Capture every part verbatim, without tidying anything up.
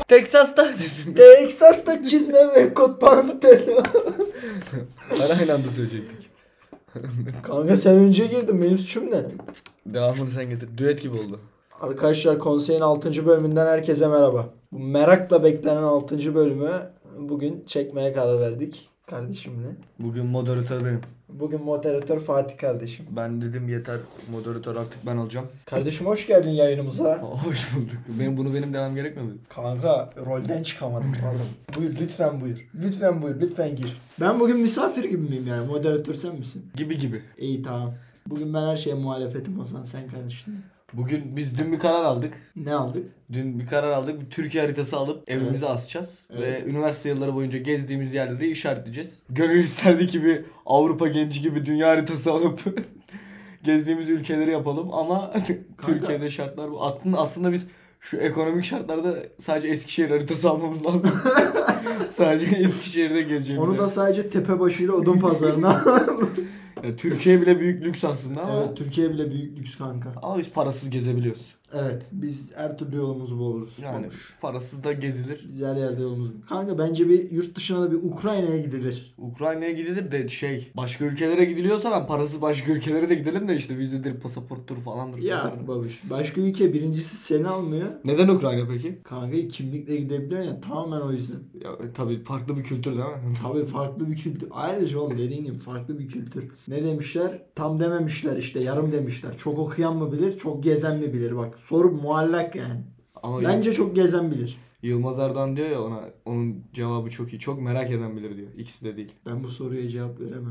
Texas'ta. Texas'ta çizme ve kot pantolon. Aynı anda söyleyecektik. Kanka sen önce girdin, benim suçum ne? Devamını sen getir. Düet gibi oldu. Arkadaşlar konseyin altıncı bölümünden herkese merhaba. Bu merakla beklenen altıncı bölümü bugün çekmeye karar verdik kardeşimle. Bugün moderatör benim. Bugün moderatör Fatih kardeşim. Ben dedim yeter, moderatör artık ben olacağım. Kardeşim hoş geldin yayınımıza. Hoş bulduk. Benim bunu benim demem gerekmiyor mu? Kanka rolden çıkamadım pardon. Buyur lütfen buyur. Lütfen buyur lütfen gir. Ben bugün misafir gibi miyim yani? Moderatör sen misin? Gibi gibi. İyi tamam. Bugün ben her şeye muhalefetim o zaman, sen karıştın. Bugün biz dün bir karar aldık. Ne aldık? Dün bir karar aldık. Bir Türkiye haritası alıp evimize Evet. asacağız. Evet. Ve üniversite yılları boyunca gezdiğimiz yerleri işaretleyeceğiz. Gönül isterdi ki bir Avrupa genci gibi dünya haritası alıp gezdiğimiz ülkeleri yapalım ama Türkiye'de şartlar bu. Aslında, aslında biz şu ekonomik şartlarda sadece Eskişehir haritası almamız lazım. Sadece Eskişehir'de gezeceğimiz. Onu da sadece Tepebaşı ile Odunpazarı'na. Ya, Türkiye bile büyük lüks aslında ama. Evet, Türkiye bile büyük lüks kanka. Ama biz parasız gezebiliyoruz. Evet, biz her türlü yolumuzu buluruz. Yani Bulmuş. parasız da gezilir. Biz her yerde yolumuz. Kanka bence bir yurt dışına da bir Ukrayna'ya gidilir. Ukrayna'ya gidilir de şey, başka ülkelere gidiliyorsa ben parasız başka ülkelere de gidelim de işte vizedir, pasaporttur falandır. Ya falandır. babuş. Başka ülke birincisi seni almıyor. Neden Ukrayna peki? Kanka kimlikle gidebiliyorsun ya, tamamen o yüzden. Ya e, tabii farklı bir kültür değil mi? Tabii farklı bir kültür. Ayrıca oğlum dediğin gibi farklı bir kültür. Ne demişler? Tam dememişler işte, yarım demişler. Çok okuyan mı bilir, çok gezen mi bilir? Bak soru muallak yani. Ama Bence çok gezen bilir. Yılmaz Erdoğan diyor ya ona, onun cevabı çok iyi. Çok merak eden bilir diyor. İkisi de değil. Ben bu soruya cevap veremem.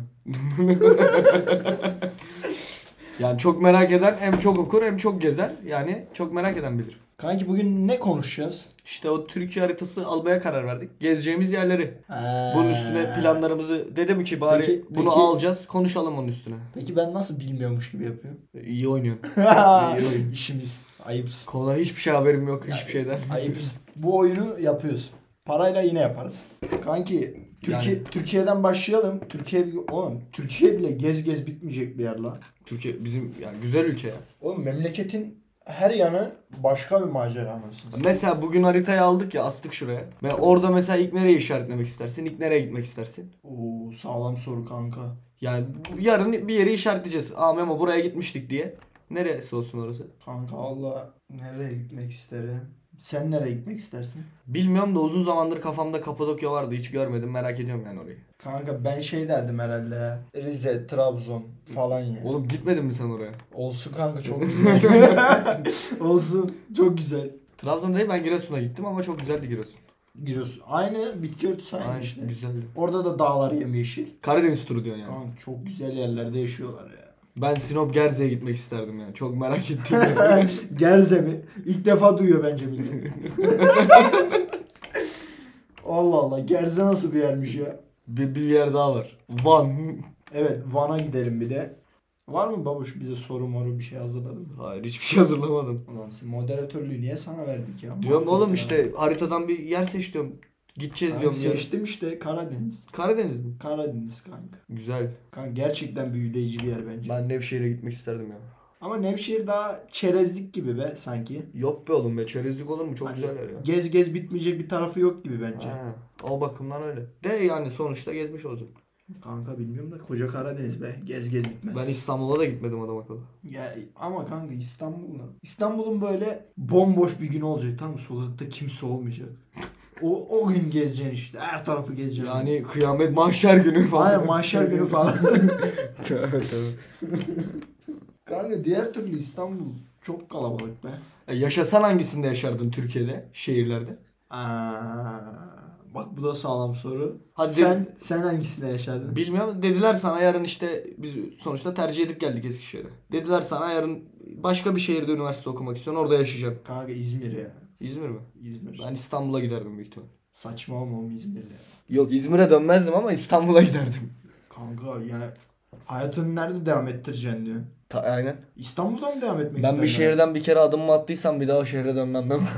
Yani çok merak eden hem çok okur hem çok gezer. Yani çok merak eden bilir. Kanki bugün ne konuşacağız? İşte o Türkiye haritası almaya karar verdik. Gezeceğimiz yerleri. Ee, Bunun üstüne planlarımızı dedim ki bari Peki- bunu peki- alacağız, konuşalım onun üstüne. Peki ben nasıl bilmiyormuş gibi yapıyorum? İyi oynuyorsun. İyi oyun. İşimiz. Ayıpsın. Konuda hiçbir şey haberim yok, hiçbir şeyden. Ayıpsın. Bu oyunu yapıyoruz. Parayla yine yaparız. Kanki Türkiye Yani- Türkiye'den başlayalım. Türkiye oğlum Türkiye bile gez gez bitmeyecek bir yer la. Türkiye bizim yani güzel ülke ya. Oğlum memleketin her yanı başka bir macera anasını. Mesela bugün haritayı aldık ya, astık şuraya. Ve orada mesela ilk nereye işaretlemek istersin? İlk nereye gitmek istersin? Oo sağlam soru kanka. Yani yarın bir yeri işaretleyeceğiz. Aa Memo buraya gitmiştik diye. Neresi olsun orası? Kanka Allah nereye gitmek isterim? Sen nereye gitmek istersin? Bilmiyorum da uzun zamandır kafamda Kapadokya vardı. Hiç görmedim. Merak ediyorum yani orayı. Kanka ben şey derdim herhalde ya. Rize, Trabzon falan ya. Oğlum gitmedin mi sen oraya? Olsun kanka çok güzel. Olsun çok güzel. Trabzon değil, ben Giresun'a gittim ama çok güzeldi Giresun. Giriyorsun. Aynı bitki örtüsü aynı Aynen, işte. güzeldi. Orada da dağlar yemyeşil. Karadeniz turu diyorsun yani. Kanka çok güzel yerlerde yaşıyorlar ya. Ben Sinop Gerze'ye gitmek isterdim yani. Çok merak ettim. Gerze mi? İlk defa duyuyor bence millet. Allah Allah, Gerze nasıl bir yermiş ya? bir, bir yer daha var. Van. Evet, Van'a gidelim bir de. Var mı babuş bize soru moru bir şey hazırladın mı? Hayır, hiçbir şey hazırlamadım. Ulan sen moderatörlüğü niye sana verdik ya? Diyorum Mahvettin oğlum ha. işte haritadan bir yer seç diyorum. Gideceğiz Ben diyorum. yarın. seçtim işte Karadeniz. Karadeniz mi? Karadeniz kanka. Güzel. Kanka gerçekten büyüleyici bir yer bence. Ben Nevşehir'e gitmek isterdim ya. Ama Nevşehir daha çerezlik gibi be sanki. Yok be oğlum be, çerezlik olur mu? Çok Hani güzel yer ya. Gez gez bitmeyecek bir tarafı yok gibi bence. Ha, o bakımdan öyle. De yani sonuçta gezmiş olacağım. Kanka bilmiyorum da koca Karadeniz be. Gez gez bitmez. Ben İstanbul'a da gitmedim adam akıllı. Ya ama kanka İstanbul'da. İstanbul'un böyle bomboş bir gün olacak, tamam mı? Sokakta kimse olmayacak. O o gün gezeceksin işte. Her tarafı gezeceksin. Yani kıyamet mahşer günü falan. Aynen mahşer günü falan. Tabii tabii. Kanka diğer türlü İstanbul çok kalabalık be. E, yaşasan hangisinde yaşardın Türkiye'de, şehirlerde? Aa, bak bu da sağlam soru. Hadi sen sen hangisinde yaşardın? Bilmiyorum. Dediler sana yarın işte biz sonuçta tercih edip geldik Eskişehir'e. Dediler sana yarın başka bir şehirde üniversite okumak istiyorsun, orada yaşayacaksın. Kanka İzmir ya. İzmir mi? İzmir. Ben İstanbul'a giderdim büyük ihtimal. Saçma olmam İzmir'de. Yok, İzmir'e dönmezdim ama İstanbul'a giderdim. Kanka yani hayatını nerede devam ettireceksin diyor. Ta, aynen. İstanbul'da mı devam etmek Ben bir isterdin? şehirden bir kere adımımı attıysam bir daha o şehre dönmem ben.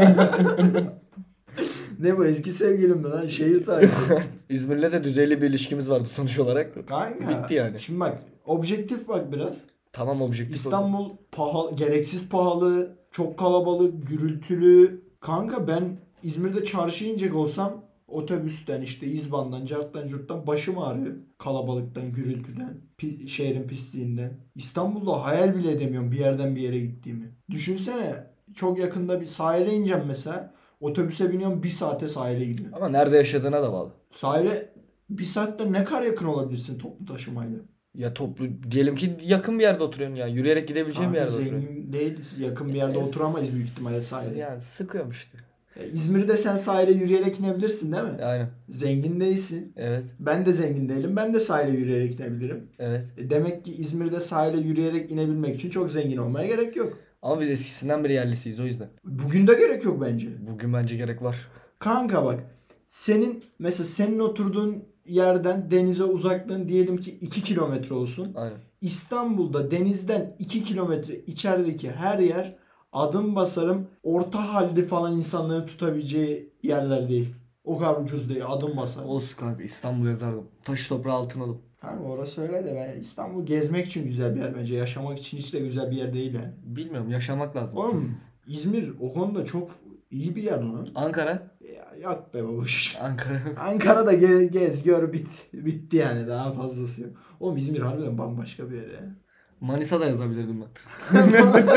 Ne bu, eski sevgilim mi lan? Şehir sahibi. İzmir'le de düzeyli bir ilişkimiz vardı sonuç olarak. Kanka. Bitti yani. Şimdi bak objektif bak biraz. Tamam, objektif. İstanbul pahalı, gereksiz pahalı, çok kalabalık, gürültülü. Kanka ben İzmir'de çarşıya inecek olsam otobüsten işte İzban'dan, carttan, curttan başım ağrıyor. Kalabalıktan, gürültüden, pi- şehrin pisliğinden. İstanbul'da hayal bile edemiyorum bir yerden bir yere gittiğimi. Düşünsene çok yakında bir sahile ineceğim mesela. Otobüse biniyorum bir saate sahile gidiyorum. Ama nerede yaşadığına da bağlı. Sahile bir saatte ne kadar yakın olabilirsin toplu taşımayla? Ya toplu diyelim ki yakın bir yerde oturuyorsun ya. Yürüyerek gidebileceğin bir Kanka yerde oturuyorsun. zengin değiliz. Yakın bir yerde Es- oturamayız büyük ihtimalle sahile. Yani sıkıyorum işte. Ya İzmir'de sen sahile yürüyerek inebilirsin değil mi? Aynen. Zengin değilsin. Evet. Ben de zengin değilim. Ben de sahile yürüyerek inebilirim. Evet. E demek ki İzmir'de sahile yürüyerek inebilmek için çok zengin olmaya gerek yok. Ama biz eskisinden beri yerlisiyiz o yüzden. Bugün de gerek yok bence. Bugün bence gerek var. Kanka bak. Senin mesela senin oturduğun yerden denize uzaklığın diyelim ki iki kilometre olsun. Aynen. İstanbul'da denizden iki kilometre içerideki her yer adım basarım orta halde falan insanların tutabileceği yerler değil. O kadar ucuz değil adım basarım. Olsun kanka İstanbul yazardım. Taşı toprağı altın alıp. Kanka orası öyle de ben İstanbul gezmek için güzel bir yer bence. Yaşamak için hiç de güzel bir yer değil yani. Bilmiyorum yaşamak lazım. Oğlum İzmir o konuda çok iyi bir yer lan. Ankara. Ya, yok be babuş. Ankara. Ankara'da gez, gez gör bit, bitti yani daha fazlası yok. Oğlum İzmir harbiden bambaşka bir yer ya. Manisa'da yazabilirdim ben.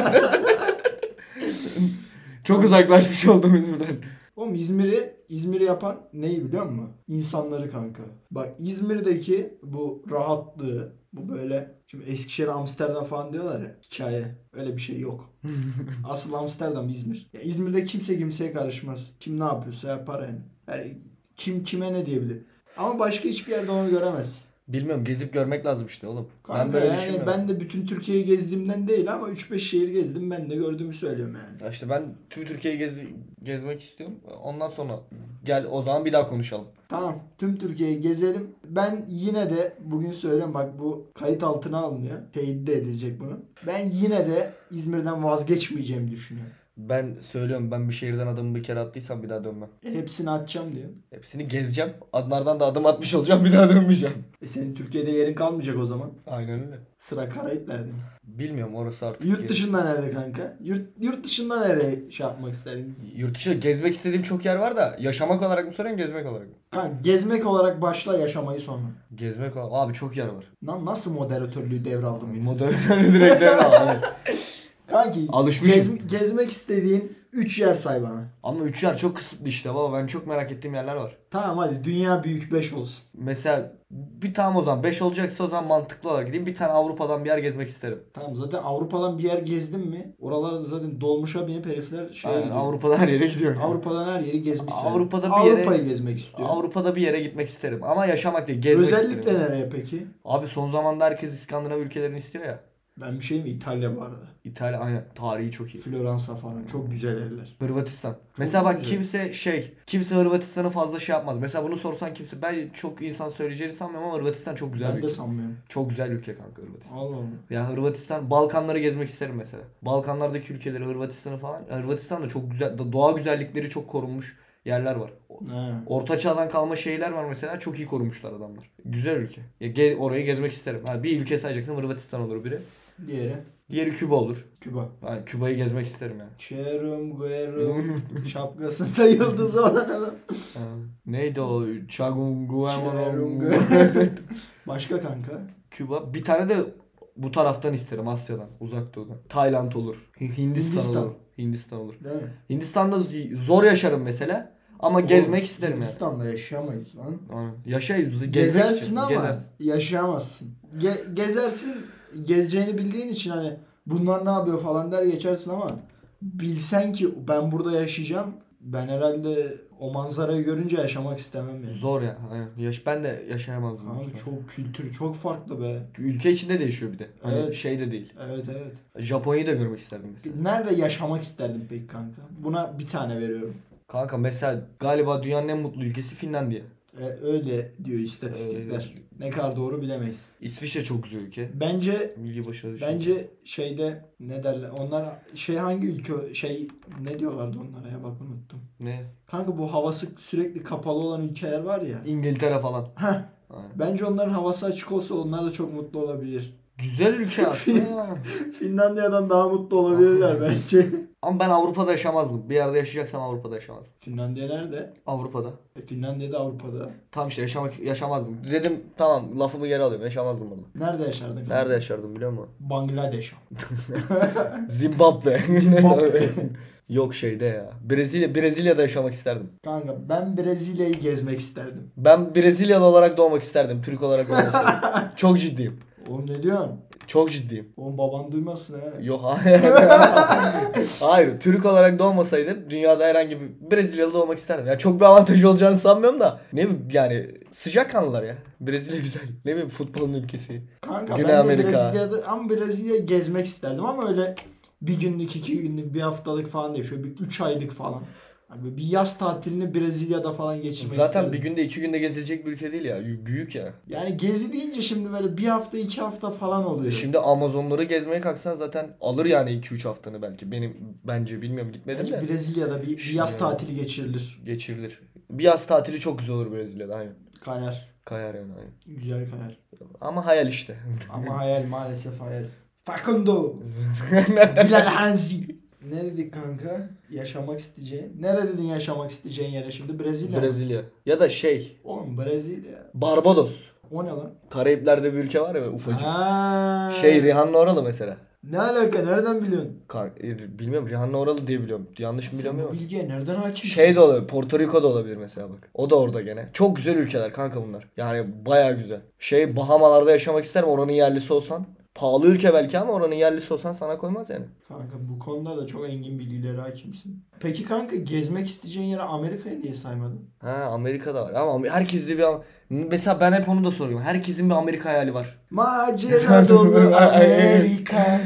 Çok uzaklaşmış oldum İzmir'den. Oğlum İzmir'i İzmir'i yapan neyi biliyor musun? İnsanları kanka. Bak İzmir'deki bu rahatlığı, bu böyle şimdi Eskişehir, Amsterdam falan diyorlar ya hikaye. Öyle bir şey yok. Asıl Amsterdam İzmir. Ya İzmir'de kimse kimseye karışmaz. Kim ne yapıyorsa yapar yani. Yani kim kime ne diyebilir. Ama başka hiçbir yerde onu göremezsin. Bilmiyorum gezip görmek lazım işte oğlum. Kanka ben böyle yani düşünmüyorum. ben de bütün Türkiye'yi gezdiğimden değil ama üç beş şehir gezdim ben de gördüğümü söylüyorum yani. Ya işte ben tüm Türkiye'yi gez, gezmek istiyorum. Ondan sonra gel o zaman bir daha konuşalım. Tamam tüm Türkiye'yi gezelim. Ben yine de bugün söylüyorum bak bu kayıt altına alınıyor. Teyit de edecek bunu. Ben yine de İzmir'den vazgeçmeyeceğimi düşünüyorum. Ben söylüyorum ben bir şehirden adımı bir kere attıysam bir daha dönmem. E, hepsini atacağım diyor. Hepsini gezeceğim. Adlardan da adım atmış olacağım bir daha dönmeyeceğim. E senin Türkiye'de yerin kalmayacak o zaman. Aynen öyle. Sıra Karayipler'de. Bilmiyorum orası artık. Yurt gez- dışında nerede kanka? Yurt, yurt dışında nereye şey yapmak isterdin? Yurt dışı gezmek istediğim çok yer var da yaşamak olarak mı soruyorsun gezmek olarak mı? Kanka gezmek olarak başla yaşamayı sonra. Gezmek olarak. Abi çok yer var. Lan nasıl moderatörlüğü devraldım benim? Moderatörü direkt devraldım. Kanki Alışmışım. gez- gezmek istediğin üç yer say bana. Ama üç yer çok kısıtlı işte baba. Ben çok merak ettiğim yerler var. Tamam hadi dünya büyük beş olsun. Mesela bir tane o zaman beş olacaksa o zaman mantıklı olarak gideyim. Bir tane Avrupa'dan bir yer gezmek isterim. Tamam zaten Avrupa'dan bir yer gezdin mi? Oralarda zaten dolmuşa binip herifler şeye Aynen, gidiyor. Avrupa'da her yere gidiyorum. Avrupa'dan her yeri gezmişsin. Avrupa'da bir yere- Avrupa'yı gezmek istiyor. Avrupa'da bir yere gitmek isterim. Ama yaşamak değil, gezmek Özellikle isterim. nereye peki? Abi son zamanda herkes İskandinav ülkelerini istiyor ya. Ben bir şey mi? İtalya bu arada. İtalya aynen. Tarihi çok iyi. Floransa falan. Çok güzel yerler. Hırvatistan. Mesela bak güzel. kimse şey, kimse Hırvatistan'ı fazla şey yapmaz. Mesela bunu sorsan kimse, ben çok insan söyleyeceğini sanmıyorum ama Hırvatistan çok güzel Ben bir de ülke. sanmıyorum. Çok güzel ülke kanka Hırvatistan. Allah Allah. Ya Hırvatistan, Balkanları gezmek isterim mesela. Balkanlardaki ülkeleri, Hırvatistan'ı falan. Hırvatistan'da çok güzel, doğa güzellikleri çok korunmuş yerler var. He. Orta çağdan kalma şeyler var mesela, çok iyi korumuşlar adamlar. Güzel ülke. Ya ge- orayı gezmek isterim. Ha, bir ülke sayacaksam Hırvatistan olur biri. Diğeri. Diğeri Küba olur. Küba. Yani Küba'yı gezmek isterim yani. Çerum Guerum şapkasında yıldızı olan adam. Ha, neydi o? Çerum Chagunguamon. Guerum. Başka kanka. Küba. Bir tane de bu taraftan isterim, Asya'dan, uzak doğudan. Tayland olur. H- Hindistan, Hindistan. olur. Hindistan olur. Değil mi? Hindistan'da z- zor yaşarım mesela ama gezmek isterim yani. Hindistan'da yaşayamayız lan. Aynen. Yaşayız, gezmek Gezersin için. ama Gezersin. yaşayamazsın. Ge- gezersin gezeceğini bildiğin için hani bunlar ne yapıyor falan der geçersin ama bilsen ki ben burada yaşayacağım ben herhalde o manzarayı görünce yaşamak istemem yani. Zor ya. Aynen. Yaş ben de yaşayamazdım. Abi büyük ihtimalle. çok kültür çok farklı be. Ülke içinde değişiyor bir de. Hani Evet. şey de değil. Evet evet. Japonya'yı da görmek isterdim mesela. Nerede yaşamak isterdin peki kanka? Buna bir tane veriyorum. Kanka mesela galiba dünyanın en mutlu ülkesi Finlandiya. E, öyle diyor istatistikler. Öyle. Ne kadar doğru bilemeyiz. İsviçre çok güzel ülke. Bence Milli başarılı şey. Bence şeyde ne derler? Onlar şey hangi ülke şey ne diyorlardı onlara ya bak unuttum. Ne? Kanka bu havası sürekli kapalı olan ülkeler var ya. İngiltere falan. Heh, Aynen. bence onların havası açık olsa onlar da çok mutlu olabilir. Güzel ülke aslında. Finlandiya'dan daha mutlu olabilirler bence. Ama ben Avrupa'da yaşamazdım. Bir yerde yaşayacaksam Avrupa'da yaşamazdım. Finlandiya nerede? Avrupa'da. E, Finlandiya'da Avrupa'da. Tam işte yaşamak yaşamazdım. Dedim tamam lafımı geri alıyorum. Yaşamazdım burada. Nerede yaşardın? Nerede yaşardım biliyor musun? Bangladeş. Zimbabwe. Zimbabwe. Yok şeyde ya. Brezilya Brezilya'da yaşamak isterdim. Kanka ben Brezilya'yı gezmek isterdim. Ben Brezilyalı olarak doğmak isterdim. Türk olarak doğmak isterdim. Çok ciddiyim. Oğlum ne diyorsun? Çok ciddiyim. Oğlum baban duymasın ha. Yok hayır. Hayır. Türk olarak doğmasaydım dünyada herhangi bir Brezilyalı doğmak isterdim. Ya çok bir avantajı olacağını sanmıyorum da. Ne bileyim yani sıcakkanlılar ya. Brezilya güzel. Ne bileyim futbolun ülkesi. Kanka Güney ben de Amerika. Brezilya'da ama Brezilya'yı gezmek isterdim ama öyle bir günlük, iki günlük, bir haftalık falan değil. Şöyle bir üç aylık falan. Hani bir yaz tatilini Brezilya'da falan geçirmek Zaten isterdim. bir günde iki günde gezilecek bir ülke değil ya. Büyük ya. Yani gezi deyince şimdi böyle bir hafta iki hafta falan oluyor. Şimdi Amazonları gezmeye kalksan zaten alır yani iki üç haftanı belki. Benim bence bilmiyorum gitmedim Bence de. Brezilya'da bir, bir Şimdi yaz ya. tatili geçirilir. Geçirilir. Bir yaz tatili çok güzel olur Brezilya'da aynen. Kayar. Kayar yani aynen. Güzel kayar. Ama hayal işte. Ama hayal maalesef hayal. Facundo. Bilal Hanzi. Ne dedik kanka? Yaşamak isteyeceğin. Nerede dedin yaşamak isteyeceğin yere şimdi? Brezilya mı? Brezilya. Ya da şey. Oğlum Brezilya. Barbados. O ne lan? Karayipler'de bir ülke var ya ufacık. Ha. Şey Rihanna oralı mesela. Ne alaka? Nereden biliyorsun? Ka- e, bilmiyorum Rihanna oralı diye biliyorum. Yanlış mı Sen biliyorum bu ama. bilgiye nereden hakimsin? Şey de olabilir. Porto Rico da olabilir mesela bak. O da orada gene. Çok güzel ülkeler kanka bunlar. Yani baya güzel. Şey Bahamalarda yaşamak isterim oranın yerlisi olsan. Pahalı ülke belki ama oranın yerlisi olsan sana koymaz yani. Kanka bu konuda da çok engin bilgilere hakimsin. Peki kanka gezmek isteyeceğin yere Amerika'yı niye saymadın? Ha Amerika'da var ama herkes de bir mesela ben hep onu da soruyorum. Herkesin bir Amerika hayali var. Macera dolu Amerika.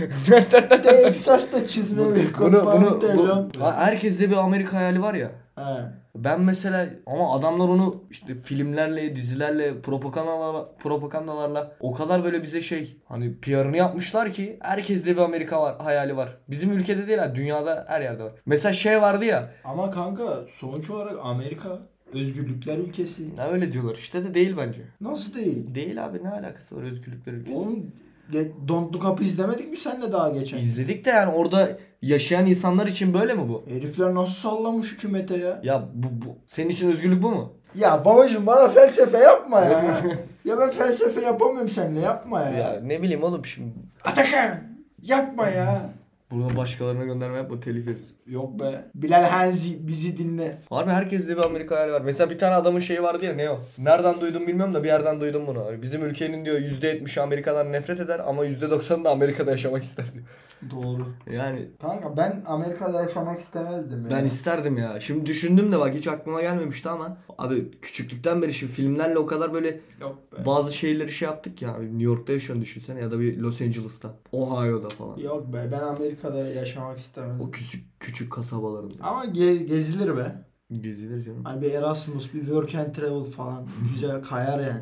Texas'ta çizme ve kot Bunu bunu pantolon. bu, herkes de bir Amerika hayali var ya. He. Ben mesela ama adamlar onu işte filmlerle, dizilerle, propagandalarla, propagandalarla o kadar böyle bize şey hani P R'ını yapmışlar ki herkeste bir Amerika var, hayali var. Bizim ülkede değil ha, dünyada her yerde var. Mesela şey vardı ya. Ama kanka sonuç olarak Amerika özgürlükler ülkesi. Ne öyle diyorlar işte de değil bence. Nasıl değil? Değil abi ne alakası var özgürlükler ülkesi? Oğlum ge- Don't Look Up'ı izlemedik mi senle daha geçen? İzledik de yani orada yaşayan insanlar için böyle mi bu? Herifler nasıl sallamış hükümete ya? Ya bu, bu senin için özgürlük bu mu? Ya babacım bana felsefe yapma ya. Ya ben felsefe yapamıyorum seninle yapma ya. Ya ne bileyim oğlum şimdi. Atakan yapma ya. Buradan başkalarına gönderme yapma telif yeriz. Yok be. Bilal Hanzi bizi dinle. Harbi herkeste bir Amerika hayali var. Mesela bir tane adamın şeyi vardı ya ne o? Nereden duydum bilmiyorum da bir yerden duydum bunu. Hani bizim ülkenin diyor yüzde yetmişi Amerika'dan nefret eder ama yüzde doksanı da Amerika'da yaşamak ister diyor. Doğru. Yani Kanka ben Amerika'da yaşamak istemezdim ya. ben isterdim ya. Şimdi düşündüm de bak hiç aklıma gelmemişti ama abi küçüklükten beri şimdi filmlerle o kadar böyle Yok be. bazı şeyleri şey yaptık ya. New York'ta yaşıyorsun düşünsene ya da bir Los Angeles'ta. Ohio'da falan. Yok be ben Amerika'da yaşamak istemezdim. O küçük küçük kasabalarında. Ama ge- gezilir be. Gezilir canım. Hani bir Erasmus, bir work and travel falan. Güzel kayar yani.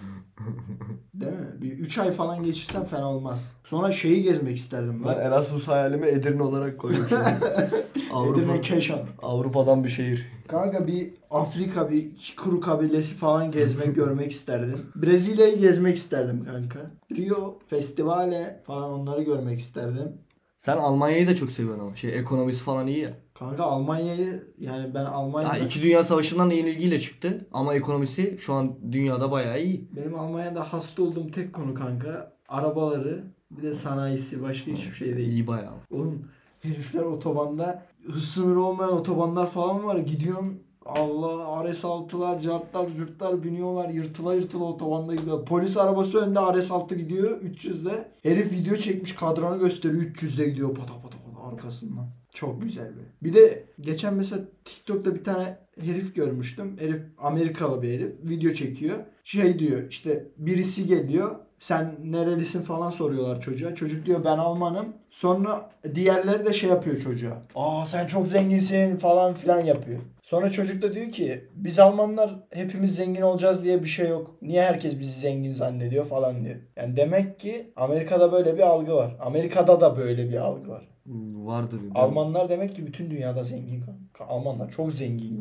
Değil mi? Bir üç ay falan geçirsem fena olmaz. Sonra şeyi gezmek isterdim Ben ben. Erasmus hayalimi Edirne olarak koymuşum. Avrupa, Edirne Keşan. Avrupa'dan bir şehir. Kanka bir Afrika, bir Kuru kabilesi falan gezmek, görmek isterdim. Brezilya'yı gezmek isterdim kanka. Rio, Festivale falan onları görmek isterdim. Sen Almanya'yı da çok seviyorsun ama. Şey ekonomisi falan iyi ya. Kanka Almanya'yı yani ben Ha, Almanya'da... İki Dünya Savaşı'ndan yenilgiyle çıktı ama ekonomisi şu an dünyada bayağı iyi. Benim Almanya'da hasta olduğum tek konu kanka arabaları bir de sanayisi başka hiçbir şey değil. İyi bayağı. Oğlum herifler otobanda hız sınırı olmayan otobanlar falan var. Gidiyorsun Allah R S altılar, cartlar, zürtler biniyorlar yırtıla yırtıla otobanda gidiyor. Polis arabası önde R S altı gidiyor üç yüzde. Herif video çekmiş kadranı gösteriyor üç yüzde gidiyor pata pata pata arkasından. Çok güzel bir. Bir de geçen mesela TikTok'ta bir tane herif görmüştüm. Herif Amerikalı bir herif. Video çekiyor. Şey diyor işte birisi geliyor. Sen nerelisin falan soruyorlar çocuğa. Çocuk diyor ben Almanım. Sonra diğerleri de şey yapıyor çocuğa. Aa sen çok zenginsin falan filan yapıyor. Sonra çocuk da diyor ki biz Almanlar hepimiz zengin olacağız diye bir şey yok. Niye herkes bizi zengin zannediyor falan diyor. Yani demek ki Amerika'da böyle bir algı var. Amerika'da da böyle bir algı var. Vardır. Almanlar demek ki bütün dünyada zengin. Almanlar çok zengin ya.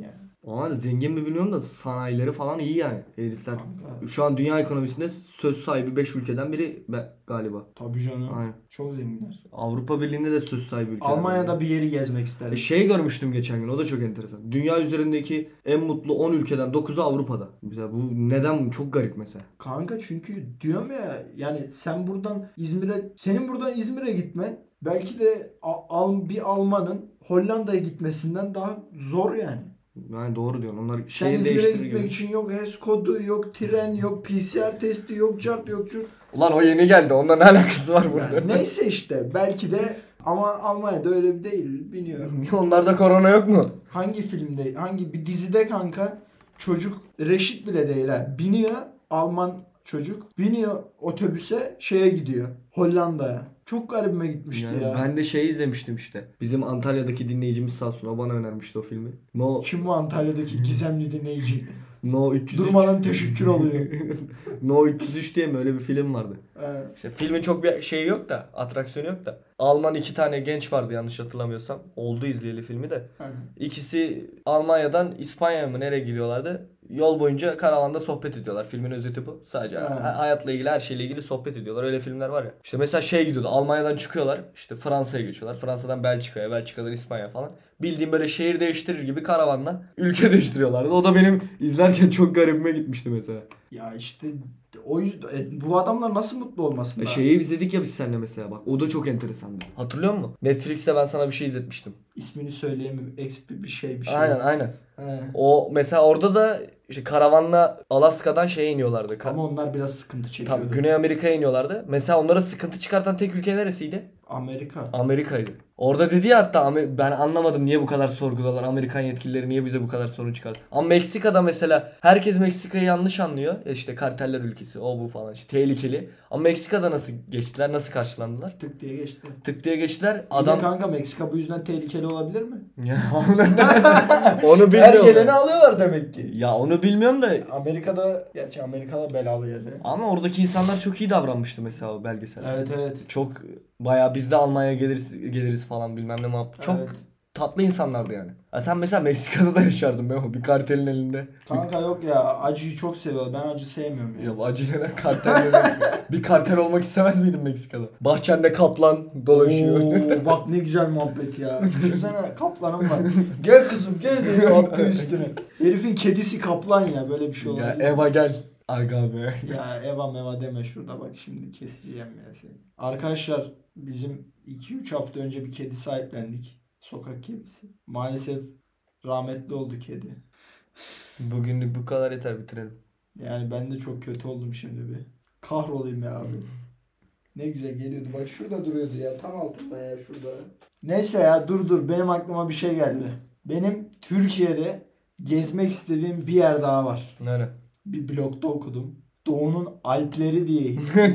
Ama zengin mi bilmiyorum da sanayileri falan iyi yani herifler. Kanka. Şu an dünya ekonomisinde söz sahibi beş ülkeden biri be, galiba. Tabii canım. Aynen. Çok zenginler. Avrupa Birliği'nde de söz sahibi ülkeler. Almanya'da bir yeri gezmek isterim. E şey görmüştüm geçen gün, o da çok enteresan. Dünya üzerindeki en mutlu on ülkeden dokuzu Avrupa'da. Mesela bu neden, çok garip mesela. Kanka çünkü diyorum ya, yani sen buradan İzmir'e, senin buradan İzmir'e gitmen belki de a- al, bir Almanın Hollanda'ya gitmesinden daha zor yani. Yani doğru diyorsun. Onlar Sen şeyi İzmir'e değiştirir gitmek gibi. için yok H E S kodu, yok tren, yok P C R testi, yok cart, yok curt. Ulan o yeni geldi. Onunla ne alakası var burada? Yani neyse işte belki de, ama Almanya'da öyle bir değil, bilmiyorum. Onlarda korona yok mu? Hangi filmde, hangi bir dizide kanka çocuk, reşit bile değil ha, biniyor, Alman çocuk biniyor otobüse, şeye gidiyor, Hollanda'ya. Çok garibime gitmişti Yani ya. ben de şey izlemiştim işte. Bizim Antalya'daki dinleyicimiz sağ olsun, o bana önermişti o filmi. No Kim bu Antalya'daki gizemli dinleyici? No üç yüz üç. Durmadan teşekkür alıyor. No üç yüz üç diye mi öyle bir film vardı? Ee, İşte filmin çok bir şeyi yok da, atraksiyonu yok da. Alman iki tane genç vardı yanlış hatırlamıyorsam. Oldu izleyeli filmi de. hani. İkisi Almanya'dan İspanya'ya mı nereye gidiyorlardı? Yol boyunca karavanda sohbet ediyorlar. Filmin özeti bu. Sadece Ha. ha- hayatla ilgili, her şeyle ilgili sohbet ediyorlar. Öyle filmler var ya. İşte mesela şey gidiyordu. Almanya'dan çıkıyorlar. İşte Fransa'ya geçiyorlar. Fransa'dan Belçika'ya, Belçika'dan İspanya falan. Bildiğim böyle şehir değiştirir gibi karavanla ülke değiştiriyorlardı. O da benim izlerken çok garibime gitmişti mesela. Ya işte o yüzden e, bu adamlar nasıl mutlu E olmasınlar? şeyi izledik ya biz seninle mesela bak. O da çok enteresandı. Hatırlıyor musun? Netflix'te ben sana bir şey izletmiştim. İsmini söyleyemem. X bir bir şey bir şey. Aynen aynen. He. O mesela orada da işte karavanla Alaska'dan şeye iniyorlardı. Ka- Ama onlar biraz sıkıntı çekiyordu. Tam Güney Amerika'ya iniyorlardı. Mesela onlara sıkıntı çıkartan tek ülke neresiydi? Amerika. Amerika'ydı. Orada dedi ya hatta, Amer- ben anlamadım niye bu kadar sorguluyorlar. Amerikan yetkilileri niye bize bu kadar sorun çıkardı. Ama Meksika'da mesela herkes Meksika'yı yanlış anlıyor. E İşte karteller ülkesi, o bu falan, işte tehlikeli. Ama Meksika'da nasıl geçtiler, nasıl karşılandılar? Tık diye geçti. Tık diye geçtiler. Adam Adam... kanka, Meksika bu yüzden tehlikeli olabilir mi? Ya onu, onu Her bilmiyorum. geleni alıyorlar demek ki. Ya onu bilmiyorum da, Amerika'da, gerçi Amerika'da belalı yeri. ama oradaki insanlar çok iyi davranmıştı mesela o belgeselde. Evet evet. Çok bayağı biz de Almanya'ya geliriz geliriz falan bilmem ne muhabbet. Çok Evet. tatlı insanlardı yani. Ya sen mesela Meksika'da da yaşardın Memo, bir kartelin elinde. Kanka yok ya, acıyı çok seviyor. Ben acı sevmiyorum ya. Ya bu acilere kartellerin bir kartel olmak istemez miydin Meksika'da? Bahçende kaplan dolaşıyor. Oo, bak ne güzel muhabbet ya. Düşünsene, kaplanım var. Gel kızım gel diye attı üstüne. Herifin kedisi kaplan ya, böyle bir şey Ya olabilir. Eva gel. Aga be. Ya Eva meva deme şurada, bak şimdi keseceğim ya seni. Arkadaşlar bizim iki üç hafta önce bir kedi sahiplendik. Sokak kedisi. Maalesef rahmetli oldu kedi. Bugünlük bu kadar, yeter, bitirelim. Yani ben de çok kötü oldum şimdi bir. Kahrolayım ya abi. Ne güzel geliyordu. Bak şurada duruyordu ya. Tam altında ya, şurada. Neyse ya, dur dur. Benim aklıma bir şey geldi. Benim Türkiye'de gezmek istediğim bir yer daha var. Nere? Bir blogda okudum. Doğu'nun Alpleri diye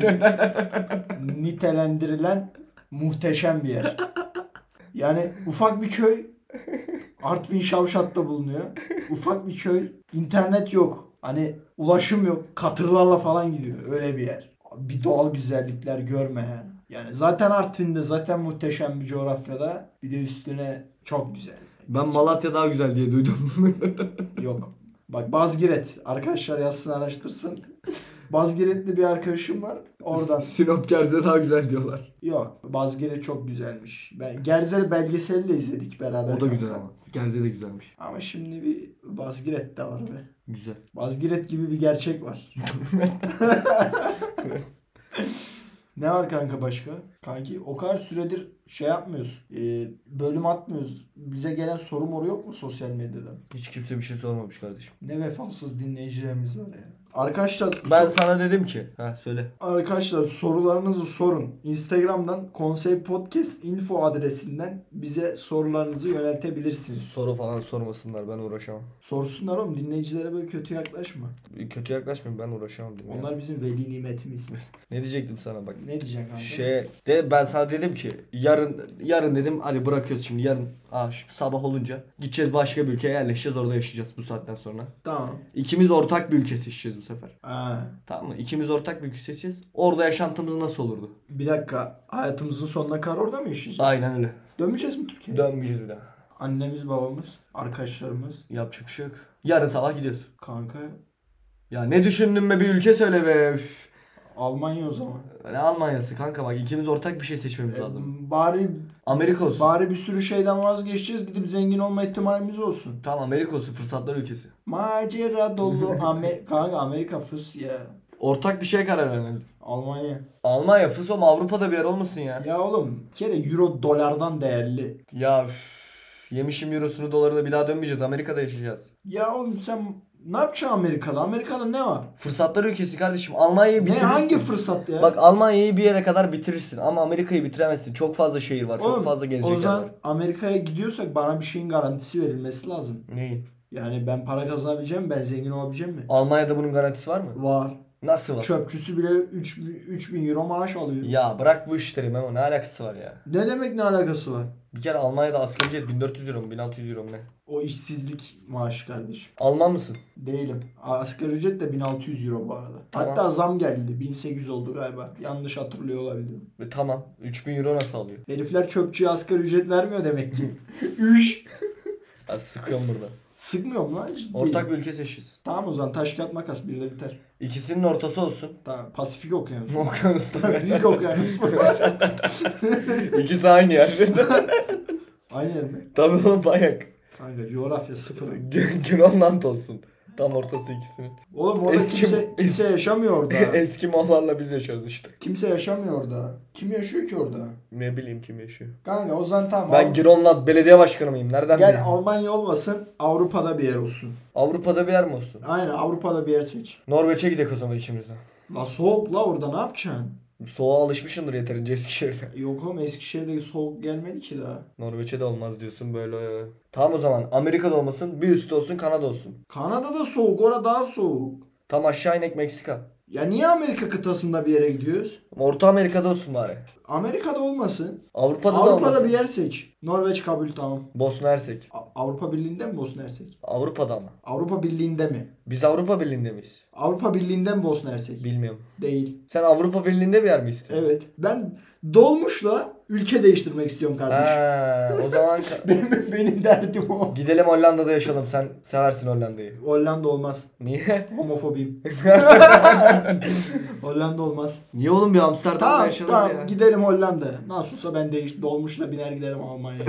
nitelendirilen muhteşem bir yer. Yani ufak bir köy. Artvin Şavşat'ta bulunuyor. Ufak bir köy. İnternet yok. Hani ulaşım yok. Katırlarla falan gidiyor. Öyle bir yer. Bir doğal güzellikler görme yani. Yani zaten Artvin'de zaten muhteşem bir coğrafyada. Bir de üstüne çok güzel. Ben Malatya daha güzel diye duydum. Yok. Bak Bazgiret. Arkadaşlar yazsın, araştırsın. Bazgiret'li bir arkadaşım var. Oradan. Sinop Gerze daha güzel diyorlar. Yok. Bazgiret çok güzelmiş. Ben Gerze belgeseli de izledik beraber. O da güzel kanka. ama. Gerze de güzelmiş. Ama şimdi bir Bazgiret de var be. Güzel. Bazgiret gibi bir gerçek var. Ne var kanka başka? Kanki o kadar süredir şey yapmıyoruz. E, bölüm atmıyoruz. Bize gelen soru moru yok mu sosyal medyadan? Hiç kimse bir şey sormamış kardeşim. Ne vefasız dinleyicilerimiz var ya. Arkadaşlar Ben so- sana dedim ki. Ha söyle. Arkadaşlar sorularınızı sorun. Instagram'dan Konsey Podcast info adresinden bize sorularınızı yöneltebilirsiniz. Soru falan sormasınlar, ben uğraşamam. Sorsunlar oğlum, dinleyicilere böyle kötü yaklaşma. Kötü yaklaşmayın, ben uğraşamam diyeyim. Onlar ya. bizim veli nimetimiz. Ne diyecektim sana bak. Ne diyeceksin kanka? Şey de ben sana dedim ki yarın yarın dedim hadi bırakıyoruz şimdi, yarın ah, şu sabah olunca gideceğiz, başka bir ülkeye yerleşeceğiz, orada yaşayacağız bu saatten sonra. Tamam. İkimiz ortak bir ülke seçeceğiz bu sefer. Ha. Tamam mı? İkimiz ortak bir ülke seçeceğiz. Orada yaşantımız nasıl olurdu? Bir dakika. Hayatımızın sonuna kadar orada mı yaşayacağız? Aynen öyle. Dönmeyeceğiz mi Türkiye'ye? Dönmeyeceğiz bir daha. Annemiz babamız, arkadaşlarımız. Yapacak bir şey yok. Yarın sabah gidiyoruz. Kanka Ya ne düşündün be, bir ülke söyle be. Üf. Almanya o zaman. Ne Almanya'sı kanka, bak ikimiz ortak bir şey seçmemiz lazım. E, bari Amerika olsun. bari bir sürü şeyden vazgeçeceğiz. Gidip zengin olma ihtimalimiz olsun. Tamam, Amerika olsun, fırsatlar ülkesi. Macera dolu Amerika. Kanka Amerika fıs ya. Ortak bir şeye karar vermeliyiz. Almanya. Almanya fıs ama Avrupa'da bir yer olmasın ya. Ya oğlum bir kere euro dolardan değerli. Ya üf, yemişim eurosunu dolarına, bir daha dönmeyeceğiz. Amerika'da yaşayacağız. Ya oğlum sen ne yapacaksın Amerika'da? Amerika'da ne var? Fırsatlar ülkesi kardeşim. Almanya'yı Ne bitirirsin. hangi fırsat ya? Bak Almanya'yı bir yere kadar bitirirsin ama Amerika'yı bitiremezsin. Çok fazla şehir var. Oğlum, çok fazla gezecek o yer zaman var. Amerika'ya gidiyorsak bana bir şeyin garantisi verilmesi lazım. Neyin? Yani ben para kazanabileceğim, ben zengin olabileceğim mi? Almanya'da bunun garantisi var mı? Var. Nasıl var? Çöpçüsü bile üç bin euro maaş alıyor. Ya bırak bu işleri Memo, ne alakası var ya? Ne demek ne alakası var? Bir kere Almanya'da asgari ücret bin dört yüz euro mu bin altı yüz euro mu ne? O işsizlik maaşı kardeşim. Alman mısın? Değilim. Asgari ücret de bin altı yüz euro bu arada. Tamam. Hatta zam geldi. bin sekiz yüz oldu galiba. Yanlış hatırlıyor olabilirim. E, tamam. üç bin euro nasıl alıyor? Herifler çöpçüye asgari ücret vermiyor demek ki. Üş. Ya sıkıyorum burada. Sıkmıyor mu lan? Ciddi. Ortak bir ülke seçeceğiz. Tamam o zaman taş kağıt makas bir de biter. İkisinin ortası olsun. Tamam Pasifik okyanusu. Okyanus'ta. Büyük okyanus. İkisi aynı yer. Aynı yer mi? Tabii oğlum, bayak. Kanka coğrafya sıfır. G- Grönland olsun. Tam ortası ikisinin. Oğlum orada Eski- kimse, kimse yaşamıyor orada. Eski Moğollarla biz yaşıyoruz işte. Kimse yaşamıyor orada. Kim yaşıyor ki orada? Ne bileyim kim yaşıyor. Kanka o zaman tamam. Ben Av- Grönland belediye başkanı mıyım? Nereden Gel bileyim? Almanya olmasın Avrupa'da bir yer olsun. Avrupa'da bir yer mi olsun? Aynen Avrupa'da bir yer seç. Norveç'e gidelim o zaman ikimizden. La soğuk la orada ne yapacaksın? Soğuğa alışmışımdır yeterince Eskişehir'de. Yok oğlum Eskişehir'de soğuk gelmedi ki daha. Norveç'e de olmaz diyorsun böyle. Tamam o zaman Amerika'da olmasın, bir üstte olsun, Kanada olsun. Kanada'da soğuk orada daha soğuk. Tam aşağı inek Meksika. Ya niye Amerika kıtasında bir yere gidiyoruz? Orta Amerika'da olsun bari. Amerika'da olmasın. Avrupa'da da Avrupa'da olmasın. bir yer seç. Norveç kabul tamam. Bosna Hersek. A- Avrupa Birliği'nde mi Bosna Hersek? Avrupa'da ama. Avrupa Birliği'nde mi? Biz Avrupa Birliği'nde miyiz? Avrupa Birliği'nde mi Bosna Hersek? Bilmiyorum. Değil. Sen Avrupa Birliği'nde bir yer mi istiyorsun? Evet. Ben dolmuşla ülke değiştirmek istiyorum kardeşim. Ha, o zaman benim, benim derdim o. gidelim Hollanda'da yaşayalım. Sen seversin Hollanda'yı. Hollanda olmaz. Niye? Homofobiyim. Hollanda olmaz. Niye oğlum, bir Amsterdam'da Tamam yaşanır tamam ya. gidelim Hollanda'ya. Nasıl olsa ben değiş dolmuşla biner giderim Almanya'ya.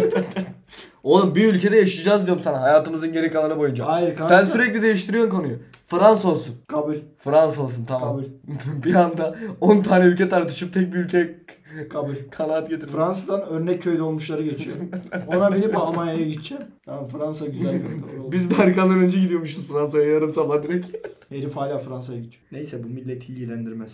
Oğlum bir ülkede yaşayacağız diyorum sana hayatımızın geri kalanı boyunca. Hayır kanka. Sen sürekli değiştiriyorsun konuyu. Fransa olsun. Kabul. Fransa olsun tamam. Kabul. Bir anda on tane ülke tartışıp tek bir ülke Kabul. kanaat getirdim. Fransa'dan örnek köy dolmuşları geçiyor. Ona binip Almanya'ya gideceğim. Tamam Fransa güzel bir ülke oldu. Biz Berkan'dan önce gidiyormuşuz Fransa'ya yarın sabah direkt. Herif hala Fransa'ya gidecek. Neyse bu milleti ilgilendirmez.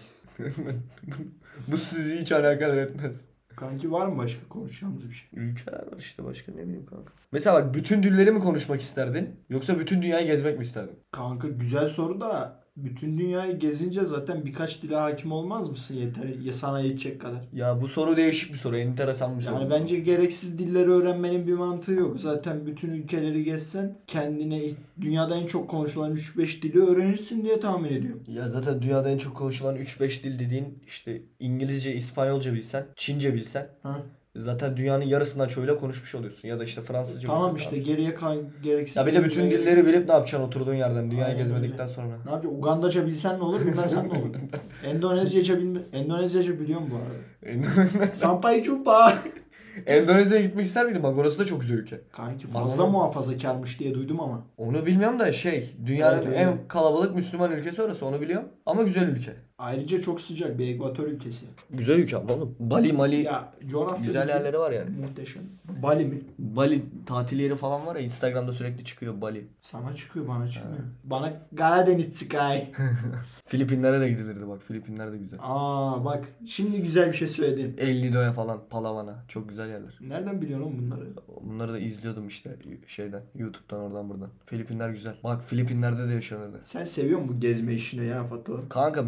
Bu sizi hiç alakadar etmez. Kanki var mı başka konuşacağımız bir şey? Ülkeler var işte, başka ne bileyim kanka. Mesela bak, bütün dilleri mi konuşmak isterdin yoksa bütün dünyayı gezmek mi isterdin? Kanka güzel soru da bütün dünyayı gezince zaten birkaç dile hakim olmaz mısın yeter ya sana yetecek kadar. Ya bu soru değişik bir soru, enteresan bir soru. Yani bence gereksiz dilleri öğrenmenin bir mantığı yok. Zaten bütün ülkeleri gezsen kendine dünyada en çok konuşulan üç beş dili öğrenirsin diye tahmin ediyorum. Ya zaten dünyada en çok konuşulan üç beş dil dediğin işte İngilizce, İspanyolca bilsen, Çince bilsen Ha. zaten dünyanın yarısından çoğuyla konuşmuş oluyorsun. Ya da işte Fransızca Tamam bilsen işte abi. geriye kalan gereksiz. Ya bir de bütün dilleri- dilleri bilip ne yapacaksın oturduğun yerden dünyayı Aynen gezmedikten öyle. sonra. Ne yapacaksın? Ugandaca bilsen ne olur, bilmezsen ne olur? Endonezyaca bilme. Endonezyaca biliyorum bu arada. Sampai Jumpa. Endonezya'ya gitmek ister miydin? Bak orası da çok güzel ülke. Kanki Bak fazla onu- muhafazakarmış diye duydum ama. Onu bilmiyorum da şey, dünyanın Evet, öyle. en kalabalık Müslüman ülkesi orası, onu biliyorum. Ama güzel ülke. Ayrıca çok sıcak bir ekvator ülkesi. Güzel ülke ama oğlum. Bali, Mali Ya coğrafya güzel bilgi- yerleri var yani. Muhteşem. Bali mi? Bali tatil yeri falan var ya, Instagram'da sürekli çıkıyor Bali. Sana çıkıyor bana çıkmıyor. Bana Karadeniz Sky. Filipinlere de gidilirdi bak, Filipinler de güzel. Aa bak şimdi güzel bir şey söyledin. El Nido'ya falan, Palawan'a çok güzel yerler. Nereden biliyorsun oğlum bunları? Bunları da izliyordum işte şeyden, YouTube'dan, oradan buradan. Filipinler güzel. Bak Filipinler'de de yaşanırdı. Sen seviyor musun bu gezme işini ya Fato? Kanka benim var ya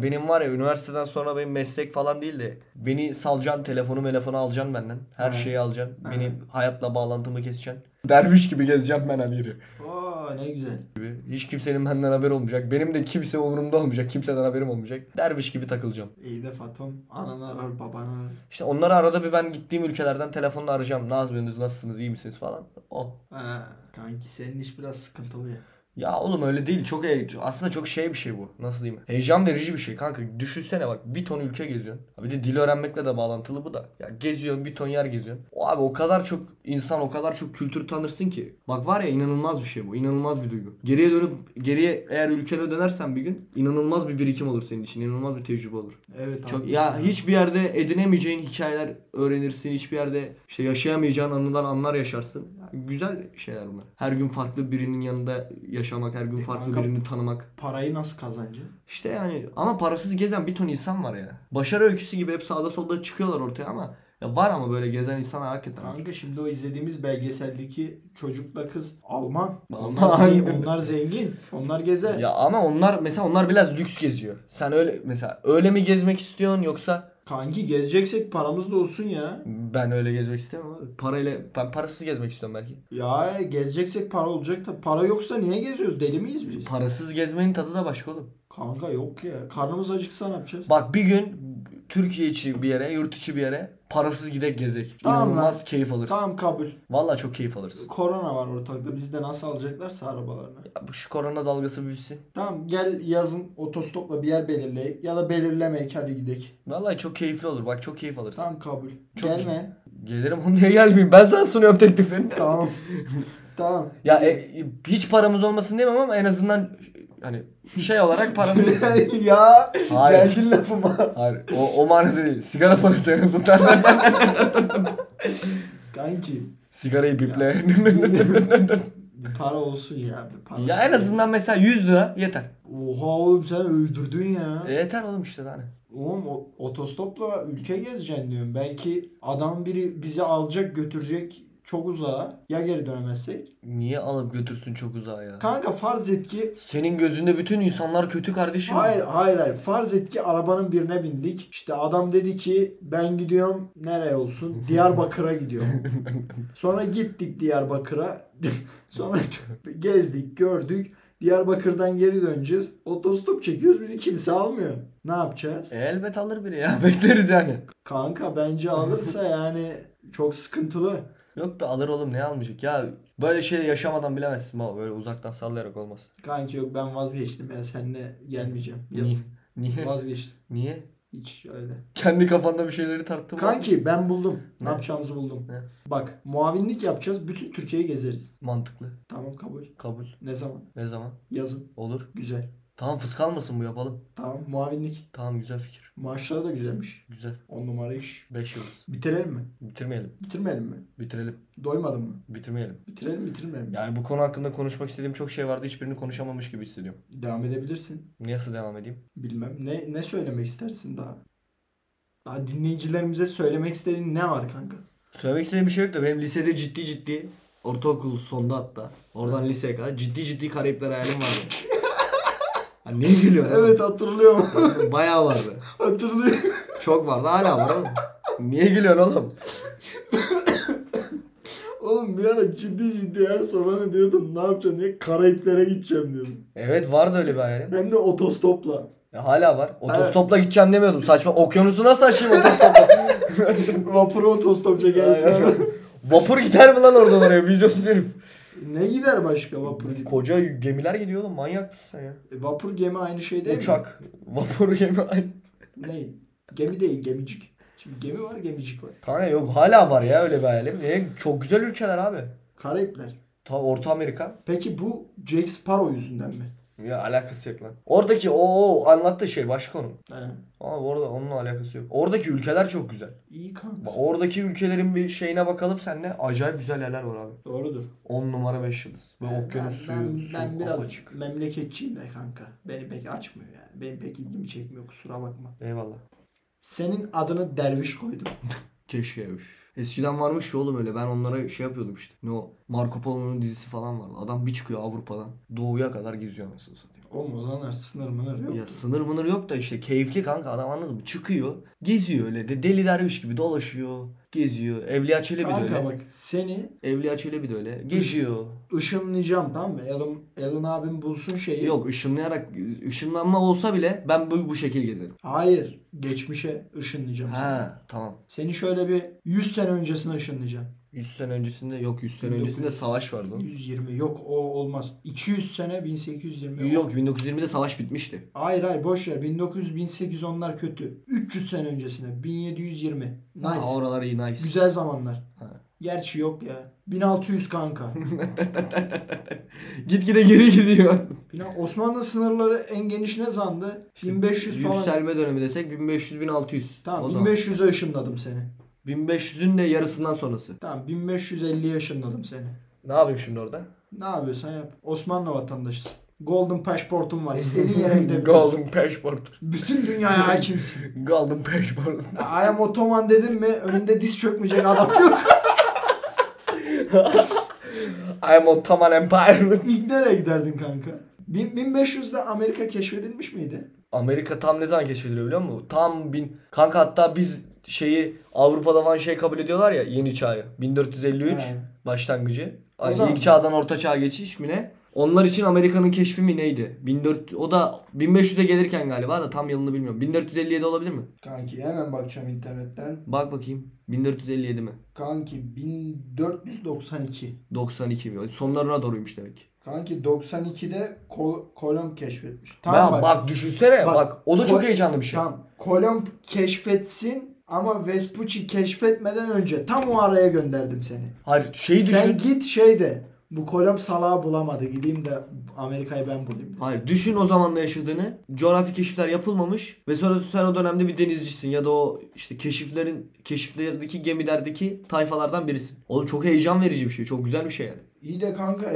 ya üniversiteden sonra benim meslek falan değil de beni salacaksın, telefonu telefonu alacaksın benden. Her Evet. şeyi alacaksın. Evet. Benim hayatla bağlantımı keseceksin. Derviş gibi gezeceğim ben her yeri. Oo ne güzel. Hiç kimsenin benden haberi olmayacak. Benim de kimse umurumda olmayacak. Kimseden haberim olmayacak. Derviş gibi takılacağım. İyi de Fatom ananı arar babanı arar. İşte onları arada bir ben gittiğim ülkelerden telefonla arayacağım. Ne yapıyorsunuz, nasılsınız, iyi misiniz falan. O. Ha, kanki senin iş biraz sıkıntılı ya. Ya oğlum öyle değil. Çok he- aslında çok şey bir şey bu. Nasıl diyeyim? Heyecan verici bir şey kanka. Düşünsene bak bir ton ülke geziyorsun. Bir de dil öğrenmekle de bağlantılı bu da. Ya geziyorsun bir ton yer geziyorsun. O abi o kadar çok insan o kadar çok kültür tanırsın ki. Bak var ya inanılmaz bir şey bu. İnanılmaz bir duygu. Geriye dönüp geriye eğer ülkene dönersen bir gün inanılmaz bir birikim olur senin için. İnanılmaz bir tecrübe olur. Evet Çok haklısın ya hiçbir yerde edinemeyeceğin hikayeler öğrenirsin. Hiçbir yerde işte yaşayamayacağın anılar anlar yaşarsın. Yani güzel şeyler bunlar. Her gün farklı birinin yanında yaşamak, her gün E farklı kanka- birini tanımak. Parayı nasıl kazancı? İşte yani ama parasız gezen bir ton insan var ya. Başarı öyküsü gibi hep sağda solda çıkıyorlar ortaya ama ya var ama böyle gezen insanlar hakikaten var. Kanka şimdi o izlediğimiz belgeseldeki çocukla kız Alman. Alman. Onlar, zengin, onlar zengin. Onlar gezer. Ya ama onlar mesela onlar biraz lüks geziyor. Sen öyle mesela öyle mi gezmek istiyorsun yoksa Kanki gezeceksek paramız da olsun ya. ben öyle gezmek istemiyorum abi. Parayla ben parasız gezmek istiyorum belki. Ya gezeceksek para olacak da para yoksa niye geziyoruz? Deli miyiz biz? Parasız gezmenin tadı da başka oğlum. Kanka yok ya. Karnımız acıksa ne yapacağız? Bak bir gün Türkiye içi bir yere, yurt içi bir yere parasız gidek gezek. Tamam İnanılmaz lan. keyif alırız. Tamam kabul. Vallahi çok keyif alırız. Korona var ortalıkta. Bizi de nasıl alacaklarsa arabalarına. Ya bu şu korona dalgası bir bitsin. Tamam gel yazın otostopla bir yer belirleyek. Ya da belirlemeyek hadi gidek. Vallahi çok keyifli olur. Bak çok keyif alırız. Tamam kabul. Çok Gelme. Gelirim oğlum niye gelmeyeyim? Ben sana sunuyorum teklifini. Tamam. Tamam. Ya e, hiç paramız olmasın diyemem ama en azından hani şey olarak paramız... ya Hayır. geldin lafıma. Hayır o, o manada değil. Sigara parası en azından. Kanki. Sigarayı biple. Bir para olsun ya. Bir para Ya en azından mesela yüz lira yeter. Oha oğlum sen öldürdün ya. E, yeter oğlum işte hani. Oğlum o- otostopla ülke gezeceksin diyorum. Belki adam biri bizi alacak götürecek çok uzağa. Ya geri dönemezsek? Niye alıp götürsün çok uzağa ya? Kanka farz et ki Senin gözünde bütün insanlar kötü kardeşim. hayır hayır hayır farz et ki arabanın birine bindik. İşte adam dedi ki ben gidiyorum nereye olsun? Diyarbakır'a gidiyorum. Sonra gittik Diyarbakır'a. Sonra gezdik gördük. Diyarbakır'dan geri döneceğiz. Otostop çekiyoruz bizi kimse almıyor. Ne yapacağız? E, elbet alır biri ya. Bekleriz yani. Kanka bence alırsa yani çok sıkıntılı. Yok be alır oğlum ne almayacak ya. Böyle şey yaşamadan bilemezsin baba. Böyle uzaktan sallayarak olmaz. Kanki yok ben vazgeçtim ya seninle gelmeyeceğim. Niye? Yaz. Niye? Vazgeçtim. Niye? Hiç öyle. Kendi kafanda bir şeyleri tarttın mı? Kanki ben buldum. Ne, Ne? yapacağımızı buldum. Ne? Bak muavinlik yapacağız. Bütün Türkiye'yi gezeriz. Mantıklı. Tamam kabul. Kabul. Ne zaman? Ne zaman? Yazın. Olur. Güzel. Tamam fıskalmasın bu yapalım. Tamam muavinlik. Tamam güzel fikir. Maaşları da güzelmiş. Güzel. On numara iş. beş yıldız. Bitirelim mi? Bitirmeyelim. Bitirmeyelim mi? Bitirelim. Doymadın mı? Bitirmeyelim. Bitirelim bitirmeyelim. mi? Yani bu konu hakkında konuşmak istediğim çok şey vardı. Hiçbirini konuşamamış gibi hissediyorum. Devam edebilirsin. Nasıl devam edeyim? Bilmem. Ne ne söylemek istersin daha? Daha dinleyicilerimize söylemek istediğin ne var kanka? Söylemek istediğim bir şey yok da benim lisede ciddi ciddi ortaokul sonunda hatta oradan liseye kadar ciddi ciddi Karayipler hayalim vardı. Ha, niye gülüyorsun? Evet hatırlıyorum. oğlum? Bayağı vardı. hatırlıyorum. Çok vardı hala var oğlum. Niye gülüyorsun oğlum? Oğlum bir ara ciddi ciddi her sorana diyordum ne yapacaksın diye Karayiplere gideceğim diyordum. Evet vardı öyle bir hayalim. Hem de otostopla. Ya hala var. Otostopla gideceğim demiyordum. Saçma. Okyanusu nasıl aşayım otostopla? Vapuru otostop çekersin. Aynen. Vapur gider mi lan oradan oraya? Vizyonsuz herif. Ne gider başka vapur gibi? Koca gemiler gidiyor oğlum. Manyak mısın sen ya? E, vapur gemi aynı şey değil mi? Uçak. Vapur gemi aynı. Ne? Gemi değil gemicik. Şimdi gemi var gemicik var. Kanka yok hala var ya öyle bir hayalim. E, çok güzel ülkeler abi. Karayipler. Ta Orta Amerika. Peki bu Jack Sparrow yüzünden mi? Ya alakası yok lan. Oradaki o, o anlattığı şey başka onun. He. Ama orada onunla alakası yok. Oradaki ülkeler çok güzel. İyi kanka. Bak, oradaki ülkelerin bir şeyine bakalım seninle. Acayip güzel yerler var abi. Doğrudur. on numara beş yıldız. Böyle Ben, okyanus suyu, ben, su, ben biraz apaçık. memleketçiyim de kanka. Beni pek açmıyor yani. Benim pek ilgimi çekmiyor kusura bakma. Eyvallah. Senin adını derviş koydum. Keşke. Üf. Eskiden varmış ya oğlum öyle. Ben onlara şey yapıyordum işte. Ne o? Marco Polo'nun dizisi falan vardı. Adam bir çıkıyor Avrupa'dan. Doğuya kadar geziyor anasını satayım. Oğlum o zamanlar sınır mınır yok. Ya sınır mınır yok da işte keyifli kanka, adam anladın mı? Çıkıyor, geziyor öyle de deli derviş gibi dolaşıyor, geziyor. Evliya Çelebi de Kanka öyle. bak seni Evliya Çelebi de öyle. Geziyor. ışınlayacağım, tamam mı? Alan, Alan abim bulsun şeyi. Yok, ışınlayarak, ışınlanma olsa bile ben bu, bu şekil gezerim. Hayır. Geçmişe ışınlayacağım seni. Ha tamam. Seni şöyle bir yüz sene öncesine ışınlayacağım. yüz sene öncesinde yok, yüz sene bin dokuz yüz öncesinde savaş vardı. yüz yirmi yok, o olmaz. iki yüz sene bin sekiz yüz yirmi. Yok, bin dokuz yüz yirmide savaş bitmişti. Hayır hayır boş ver. bin dokuz yüz bin sekiz yüz onlar kötü. üç yüz sene öncesine. bin yedi yüz yirmi. Nice. Ha, oralar iyi, nice. Güzel zamanlar. Ha. Gerçi yok ya. bin altı yüz kanka. Gitgide geri gidiyor. Bina- Osmanlı sınırları en geniş ne zandı? bin beş yüz falan. Yükselme dönemi desek bin beş yüz bin altı yüz. Tamam O bin zaman. beş yüze ışınladım seni. bin beş yüzün de yarısından sonrası. Tamam bin beş yüz elliye ışınladım seni. Ne yapayım şimdi orada? Ne yapıyorsan yap. Osmanlı vatandaşısın. Golden passportun var. İstediğin yere gidebilirsin. Golden Passport. Bütün dünyaya hakimsin. Golden Passport. I am Ottoman dedim mi önünde diz çökmeyecek adam yok. I am Ottoman Empire. İlk nereye giderdin kanka? bin- 1500'de Amerika keşfedilmiş miydi? Amerika tam ne zaman keşfediliyor biliyor musun? Tam bin... Kanka hatta biz şeyi Avrupa'da falan şey kabul ediyorlar ya, yeni çağı. bin dört yüz elli üç He. başlangıcı. O Hani zaman- ilk çağdan orta çağa geçiş mi ne? Onlar için Amerika'nın keşfi mi neydi? bin dört yüz o da bin beş yüze gelirken galiba, da tam yılını bilmiyorum. bin dört yüz elli yedi olabilir mi? Kanki hemen bakacağım internetten. Bak bakayım. bin dört yüz elli yedi mi? Kanki bin dört yüz doksan iki. doksan iki mi? Sonlarına doğruymuş demek ki. Kanki doksan ikide Kol Kolomb keşfetmiş. Tamam, bak, bak düşünsene Bak, bak, o da Kol- çok heyecanlı bir şey. Tamam. Kolomb keşfetsin ama Vespucci keşfetmeden önce tam o araya gönderdim seni. Hayır şeyi düşün. Sen git şey de. Bu Kolomb salağı bulamadı. Gideyim de Amerika'yı ben bulayım. Hayır, düşün o zamanla yaşadığını. Coğrafi keşifler yapılmamış ve sonra sen o dönemde bir denizcisin ya da o işte keşiflerin keşiflerdeki gemilerdeki tayfalardan birisin. Oğlum çok heyecan verici bir şey. Çok güzel bir şey yani. İyi de kanka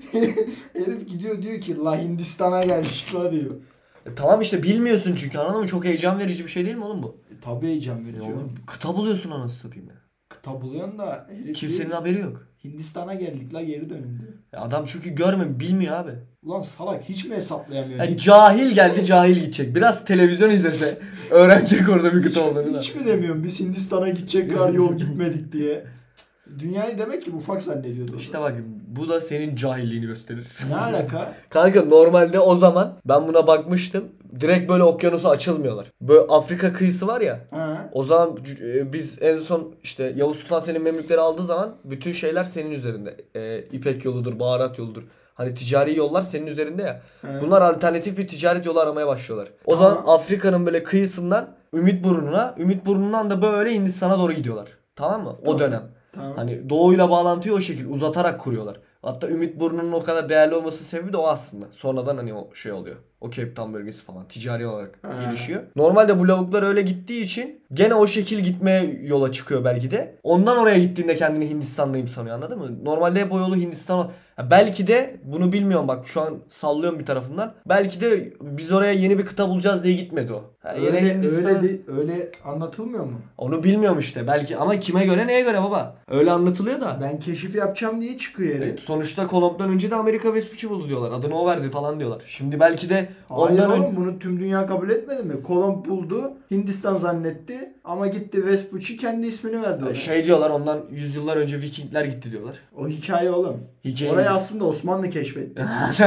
herif gidiyor diyor ki la Hindistan'a geldik la diyor. E, tamam işte bilmiyorsun çünkü, anladın mı? Çok heyecan verici bir şey değil mi oğlum bu? E, tabii heyecan Ya verici. oğlum, kıta buluyorsun anasını satayım ya. Kıta buluyorsun da herif Kimsenin diyor, haberi yok. Hindistan'a geldik la geri dönün diyor. Ya adam çünkü görmüyor, bilmiyor abi. Ulan salak hiç mi hesaplayamıyor? Yani hiç, cahil geldi, cahil gidecek. Biraz televizyon izlese öğrenecek orada bir kıta olduğunu da. hiç mi demiyorum biz Hindistan'a gidecek kadar yol gitmedik diye. Dünyayı demek ki ufak zannediyordu. İşte bak, bu da senin cahilliğini gösterir. Ne alaka? Kanka normalde o zaman ben buna bakmıştım. Direkt böyle okyanusa açılmıyorlar. Böyle Afrika kıyısı var ya. Ha? O zaman e, biz en son işte Yavuz Sultan Selim Memlükleri aldığı zaman bütün şeyler senin üzerinde. E, İpek yoludur, baharat yoludur. Hani ticari yollar senin üzerinde ya. Ha. Bunlar alternatif bir ticaret yolu aramaya başlıyorlar. O Tamam. zaman Afrika'nın böyle kıyısından Ümitburnu'na, Ümitburnu'ndan da böyle Hindistan'a doğru gidiyorlar. Tamam mı? Tamam. O dönem. Tamam. Hani doğuyla bağlantıyı o şekilde uzatarak kuruyorlar. Hatta Ümitburnu'nun o kadar değerli olması sebebi de o aslında. Sonradan hani o şey oluyor. O Cape Town bölgesi falan ticari olarak Ha. gelişiyor. Normalde bu lavuklar öyle gittiği için gene o şekil gitmeye yola çıkıyor belki de. Ondan oraya gittiğinde kendini Hindistan'dayım sanıyor, anladın mı? Normalde hep o yolu Hindistan. Ya belki de bunu bilmiyorum, bak şu an sallıyorum bir tarafından. Belki de biz oraya yeni bir kıta bulacağız diye gitmedi o. Ha, yine Öyle, Hindistan- öyle, de- öyle anlatılmıyor mu? Onu bilmiyorum işte belki, ama kime göre neye göre baba? Öyle anlatılıyor da. Ben keşif yapacağım diye çıkıyor herif. Evet, sonuçta Kolomb'dan önce de Amerika Vespucci buldu diyorlar. Adını o verdi falan diyorlar. Şimdi belki de Hayır ondan oğlum önce... bunu tüm dünya kabul etmedi mi? Kolomb buldu, Hindistan zannetti ama gitti Vespucci kendi ismini verdi ona. Şey diyorlar, ondan yüzyıllar önce Vikingler gitti diyorlar. O hikaye oğlum. Hikaye, Orayı aslında Osmanlı keşfetti.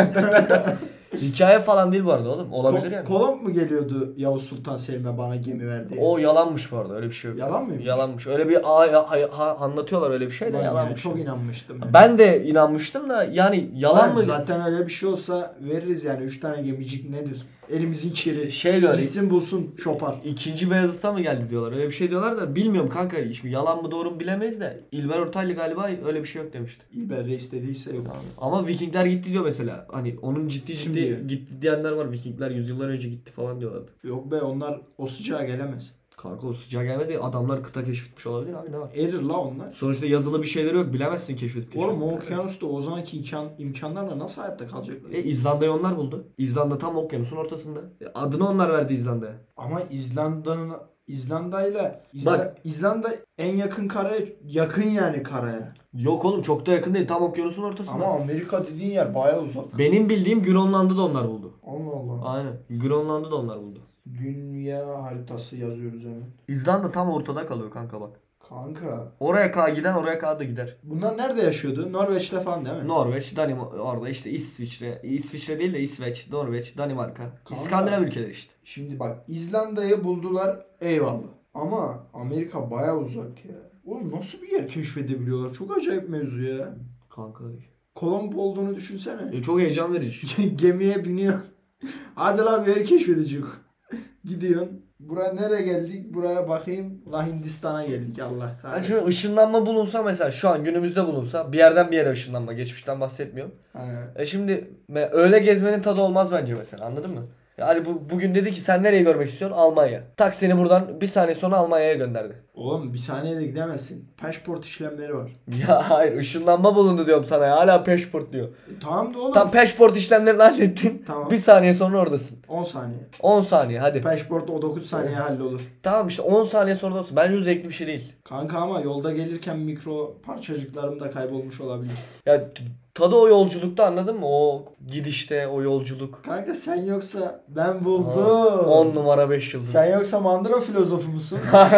hikaye falan değil bu arada oğlum. Olabilir Ko- yani. Kolomb mu geliyordu Yavuz Sultan Selim'e bana gemi verdi? O yalanmış bu arada, öyle bir şey yok. Yalan mıymış? Yalanmış. Öyle bir a- a- ha- anlatıyorlar öyle bir şey de Ulan ya, yalanmış. çok inanmıştım. ya. Ben de inanmıştım da yani yalan Ulan mı? Zaten öyle bir şey olsa veririz yani. Üç tane gemicik nedir? Elimizin kiri. Şey diyorlar. Gitsin bulsun şopar. İkinci Beyazıt'a mı geldi diyorlar. Öyle bir şey diyorlar da bilmiyorum kanka. Şimdi yalan mı doğru mu bilemeyiz de. İlber Ortaylı galiba öyle bir şey yok demişti. İlber Reis dediyse yok. Ama Vikingler gitti diyor mesela. Hani onun ciddi ciddi Şimdi- gitti diyenler var. Vikingler yüzyıllar önce gitti falan diyorlardı. Yok be onlar o sıcağa gelemez. Kanka o sıcağı gelmez ya. Adamlar kıta keşfetmiş olabilir abi, ne var? Erir la onlar. Sonuçta yazılı bir şeyleri yok. Bilemezsin keşfedip Oğlum o keşfedip. okyanusta o zamanki imkan, imkanlarla nasıl hayatta kalacaklar? E, İzlanda'yı onlar buldu. İzlanda tam okyanusun ortasında. E, adını onlar verdi İzlanda'ya. Ama İzlanda'nın İzlanda ile İzla- Bak. İzlanda en yakın karaya yakın yani karaya. Yok oğlum çok da yakın değil. Tam okyanusun ortasında. Ama Amerika dediğin yer bayağı uzak. Benim bildiğim Grönland'ı da onlar buldu. Allah Allah. Aynen. Grönland'ı da onlar buldu. Dünya haritası yazıyoruz hemen. İzlanda tam ortada kalıyor kanka bak. Kanka. Oraya K giden oraya K da gider. Bunlar nerede yaşıyordu? Norveç'te falan değil mi? Norveç, Danimarka, orada işte İsviçre, İsviçre değil de İsveç, Norveç, Danimarka. Kanka. İskandinav ülkeleri işte. Şimdi bak İzlanda'yı buldular eyvallah. Ama Amerika bayağı uzak ya. Oğlum nasıl bir yer keşfedebiliyorlar? Çok acayip mevzu ya. Kanka. Kolombo olduğunu düşünsene. E, çok heyecan verici. Gemiye biniyor. Hadi lan bir yer keşfedecek. Gidiyorsun. Buraya nereye geldik? Buraya bakayım. La Hindistan'a geldik Allah Yani kahretsin. şimdi ışınlanma bulunsa mesela şu an günümüzde bulunsa bir yerden bir yere ışınlanma. Geçmişten bahsetmiyorum. Ha. E şimdi me- öyle gezmenin tadı olmaz bence mesela anladın mı? Yani bu bugün dedi ki sen nereyi görmek istiyorsun? Almanya. Tak seni buradan bir saniye sonra Almanya'ya gönderdi. Oğlum bir saniyede gidemezsin. Pasaport işlemleri var. Ya hayır ışınlanma bulundu diyorum sana ya. Hala passport diyor. E, tamam da oğlum. Tam passport işlemlerini hallettin. Tamam. Bir saniye sonra oradasın. on saniye. on saniye hadi. Pasaport o dokuz saniye hallolur. Tamam işte on saniye sonra olsun. Bence o zevkli bir şey değil. Kanka ama yolda gelirken mikro parçacıklarım da kaybolmuş olabilir. Ya t- tadı o yolculukta anladın mı? O gidişte o yolculuk. Kanka sen yoksa ben buldum. on numara beş yıldız. Sen yoksa Mandra filozofu musun?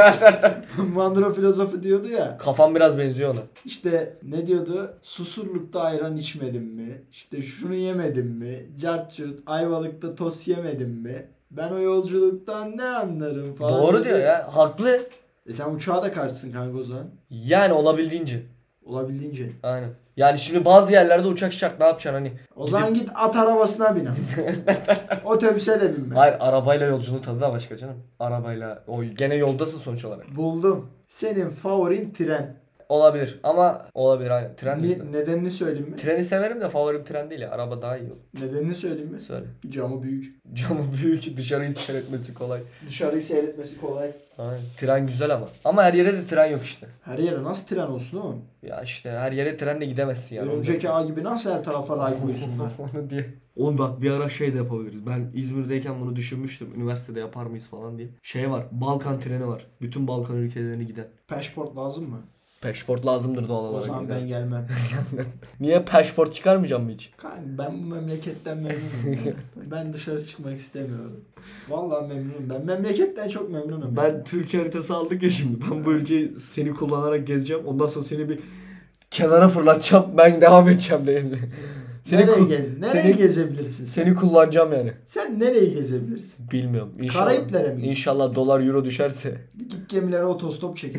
Mandra filozofu diyordu ya. Kafam biraz benziyor ona. İşte ne diyordu? Susurlukta ayran içmedim mi? İşte şunu yemedim mi? Cart curt Ayvalık'ta tost yemedim mi? Ben o yolculuktan ne anlarım falan. Doğru dedi. diyor ya. Haklı. E sen uçağa da karşısın kanka o zaman. Yani olabildiğince. Olabildiğince. Aynen. Yani şimdi bazı yerlerde uçak uçak ne yapacaksın hani? O zaman git at arabasına bin. Otobüse de binme. Hayır arabayla yolculuğun tadı da başka canım. Arabayla o gene yoldasın sonuç olarak. Buldum. Senin favorin tren. Olabilir ama olabilir aynen. Tren değil. Ni- nedenini söyleyeyim mi? Treni severim de favorim tren değil ya. Araba daha iyi olur. Nedenini söyleyeyim mi? Söyle. Camı büyük. Camı büyük dışarıyı seyretmesi kolay. Dışarıyı seyretmesi kolay. Aynen. Tren güzel ama. Ama her yere de tren yok işte. Her yere nasıl tren olsun oğlum? Ya işte her yere trenle gidemezsin yani. Örümcek ağı gibi nasıl her tarafa ray koysunlar? Onu diye. Oğlum bak bir ara şey de yapabiliriz. Ben İzmir'deyken bunu düşünmüştüm. Üniversitede yapar mıyız falan diye. Şey var. Balkan treni var. Bütün Balkan ülkelerine giden. Passport lazım mı? Passport lazımdır doğal O olarak. zaman ben gelmem. Niye passport çıkarmayacağım mı hiç? Kanka ben bu memleketten memnunum. ya. Ben dışarı çıkmak istemiyorum. Vallahi memnunum ben. Memleketten çok memnunum. Ben Türkiye haritası aldık ya şimdi. Ben bu ülkeyi seni kullanarak gezeceğim. Ondan sonra seni bir kenara fırlatacağım. Ben devam edeceğim de. Seni, nereye ku- gez? Nereye seni, gezebilirsin? Sen? seni kullanacağım yani. Sen nereye gezebilirsin? Bilmiyorum. İnşallah, Karayiplere mi? İnşallah dolar euro düşerse. Git gemilere otostop çekin.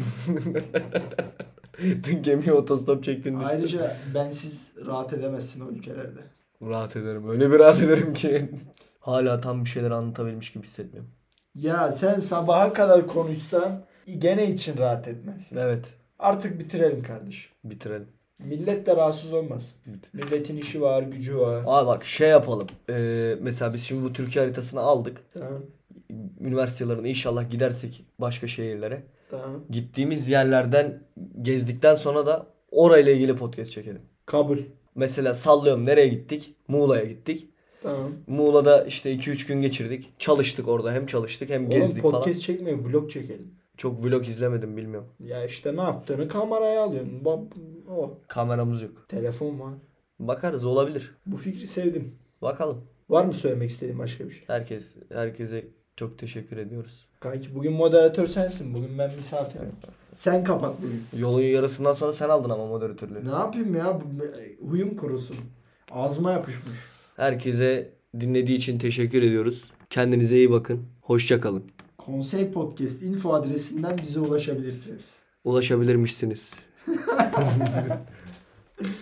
Gemiye otostop çektin. Ayrıca bensiz rahat edemezsin o ülkelerde. Rahat ederim. Öyle bir rahat ederim ki. Hala tam bir şeyler anlatabilmiş gibi hissetmiyorum. Ya sen sabaha kadar konuşsan gene için rahat etmezsin. Evet. Artık bitirelim kardeşim. Bitirelim. Millet de rahatsız olmasın. Milletin işi var, gücü var. Aa bak şey yapalım. Ee, mesela biz şimdi bu Türkiye haritasını aldık. Tamam. Üniversitelerine inşallah gidersek başka şehirlere. Tamam. Gittiğimiz yerlerden gezdikten sonra da orayla ilgili podcast çekelim. Kabul. Mesela sallıyorum nereye gittik? Muğla'ya gittik. Tamam. Muğla'da işte iki üç gün geçirdik. Çalıştık orada. Hem çalıştık hem Oğlum gezdik podcast falan. çekmeyin, vlog çekelim. Çok vlog izlemedim bilmiyorum. Ya işte ne yaptığını kameraya alıyorsun. Bab o. Kameramız yok. Telefon var. Bakarız olabilir. Bu fikri sevdim. Bakalım. Var mı söylemek istediğin başka bir şey? Herkes herkese çok teşekkür ediyoruz. Kanki bugün moderatör sensin. Bugün ben misafirim. Sen kapat bugün. Yolun yarısından sonra sen aldın ama moderatörlüğü. Ne yapayım ya? Bu- Huyum kurusun. Ağzıma yapışmış. Herkese dinlediği için teşekkür ediyoruz. Kendinize iyi bakın. Hoşça kalın. Konsey Podcast info adresinden bize ulaşabilirsiniz. Ulaşabilirmişsiniz.